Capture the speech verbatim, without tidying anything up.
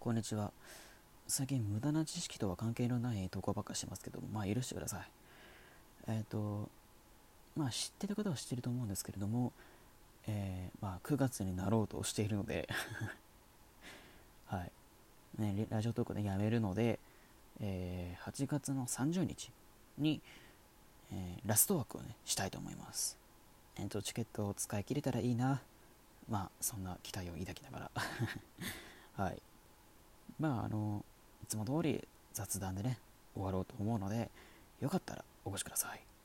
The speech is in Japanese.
こんにちは。最近無駄な知識とは関係のない投稿ばっかしてますけども、まあ許してください。えっ、と、まあ知ってる方は知ってると思うんですけれども、えーまあくがつになろうとしているのではい。ね、ラジオトークでやめるので、えーはちがつのさんじゅうにちに、えーラスト枠をね、したいと思います。えっ、と、チケットを使い切れたらいいな。まあそんな期待を抱きながらはい。まああのいつも通り雑談でね終わろうと思うので、よかったらお越しください。